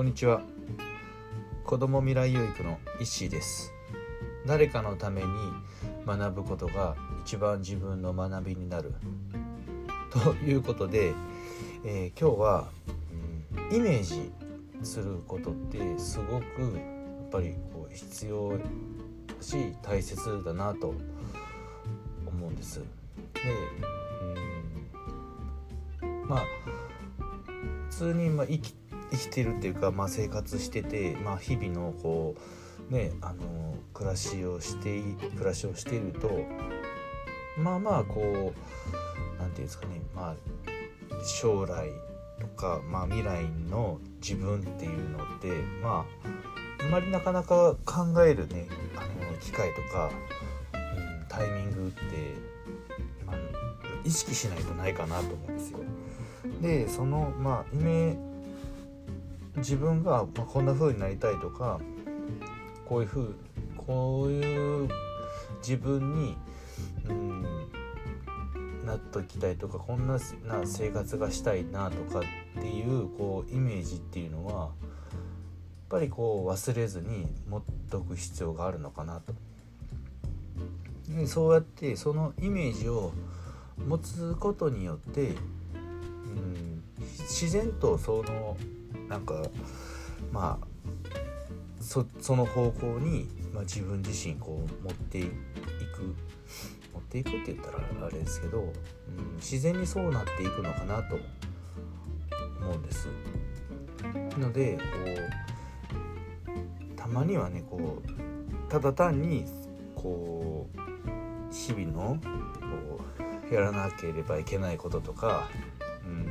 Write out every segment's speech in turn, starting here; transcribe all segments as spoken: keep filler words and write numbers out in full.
にちは。子ども未来養育の石井です。誰かのために学ぶことが一番自分の学びになるということで、えー、今日は、うん、イメージすることってすごくやっぱりこう必要し大切だなと思うんです。で、うん、まあ普通にまあ生き生きてるっていうか、まあ、生活してて、まあ、日々のこうねあの暮らしをして暮らしをしているとまあまあこうなんていうんですかね、まあ将来とか、まあ、未来の自分っていうのってまああんまりなかなか考えるねあの機会とか、うん、タイミングって、まあ、意識しないとないかなと思うんですよ。でそのまあイメ自分がこんな風になりたいとかこういう風こういう自分に、うん、なっときたいとかこんなな生活がしたいなとかっていうこうイメージっていうのはやっぱりこう忘れずに持っとく必要があるのかなと。でそうやってそのイメージを持つことによって、うん、自然とそのなんかまあ そ, その方向に、まあ、自分自身こう持っていく持っていくって言ったらあれですけど、うん、自然にそうなっていくのかなと思うんです。のでこうたまにはねこうただ単にこう日々のこうやらなければいけないこととか、うん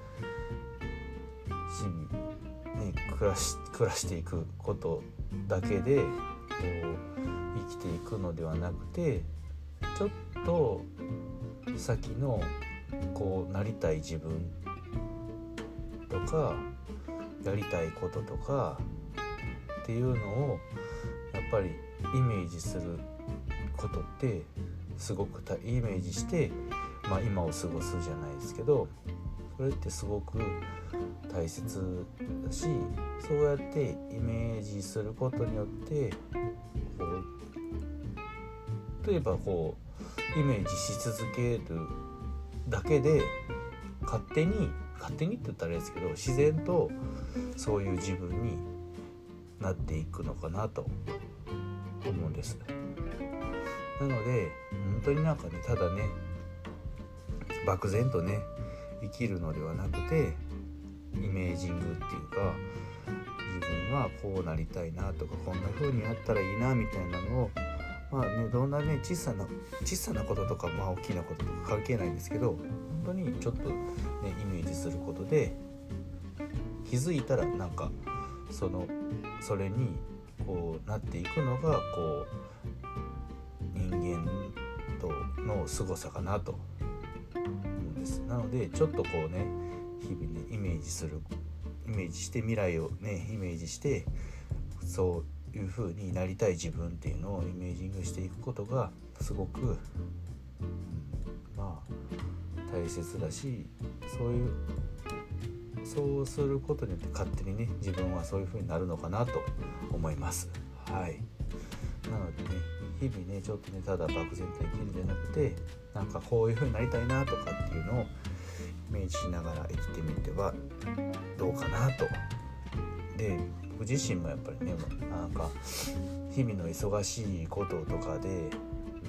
日々ね、暮らし、暮らしていくことだけでこう生きていくのではなくてちょっと先のこうなりたい自分とかやりたいこととかっていうのをやっぱりイメージすることってすごくイメージして、まあ、今を過ごすじゃないですけどそれってすごく大切だしそうやってイメージすることによってこう例えばこうイメージし続けるだけで勝手に勝手にって言ったらあれですけど自然とそういう自分になっていくのかなと思うんです。なので本当になんかねただね漠然とね生きるのではなくてイメージングっていうか自分はこうなりたいなとかこんな風になったらいいなみたいなのをまあねどんなね小さな小さなこととかまあ大きなこととか関係ないんですけど本当にちょっとねイメージすることで気づいたらなんかそのそれにこうなっていくのがこう人間との凄さかなと思うんです。なのでちょっとこうね日々ねイメージするイメージして未来をねイメージしてそういう風になりたい自分っていうのをイメージングしていくことがすごく、うん、まあ大切だしそういうそうすることによって勝手にね自分はそういう風になるのかなと思います。はい。なのでね日々ねちょっとねただ漠然と生きるんじゃなくてなんかこういう風になりたいなとかっていうのをイメージしながら生きてみてはどうかなと。で僕自身もやっぱりねなんか日々の忙しいこととかで、うん、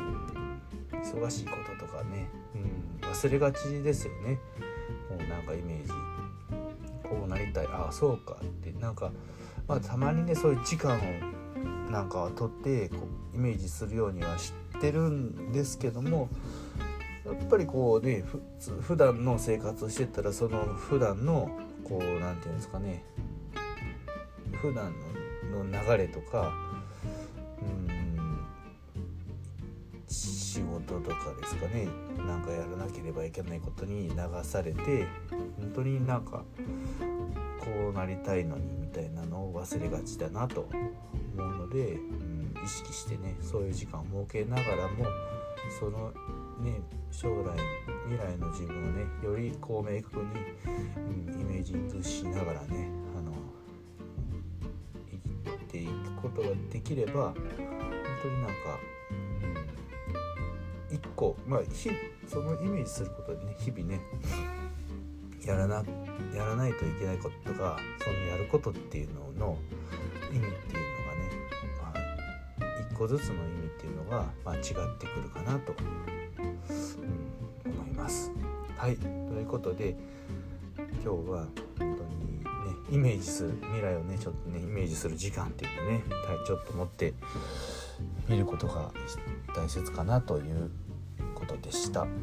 忙しいこととかね、うん、忘れがちですよね。もうなんかイメージこうなりたいああそうかってなんか、まあ、たまにねそういう時間をなんか取ってこうイメージするようにはしてるんですけどもやっぱりこうねふ普段の生活をしてたらその普段のこうなんていうんですかね普段の流れとかうん仕事とかですかねなんかやらなければいけないことに流されて本当になんかこうなりたいのにみたいなのを忘れがちだなと思うので、うん、意識してねそういう時間を設けながらもそのね将来未来の自分をねよりこう明確に、うん、イメージングしながらねあのことができれば本当になんか、うん、一個、まあ、ひそのイメージすることでね日々ねやらな、やらないといけないこととかそのやることっていうのの意味っていうのがね、まあ、一個ずつの意味っていうのが、まあ、違ってくるかなと、うん、思います。はい、ということで今日は本当にねイメージする未来をねちょっとねイメージする時間っていうのをねちょっと持って見ることが大切かなということでした。はい、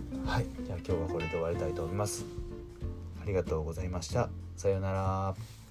じゃあ今日はこれで終わりたいと思います。ありがとうございました。さようなら。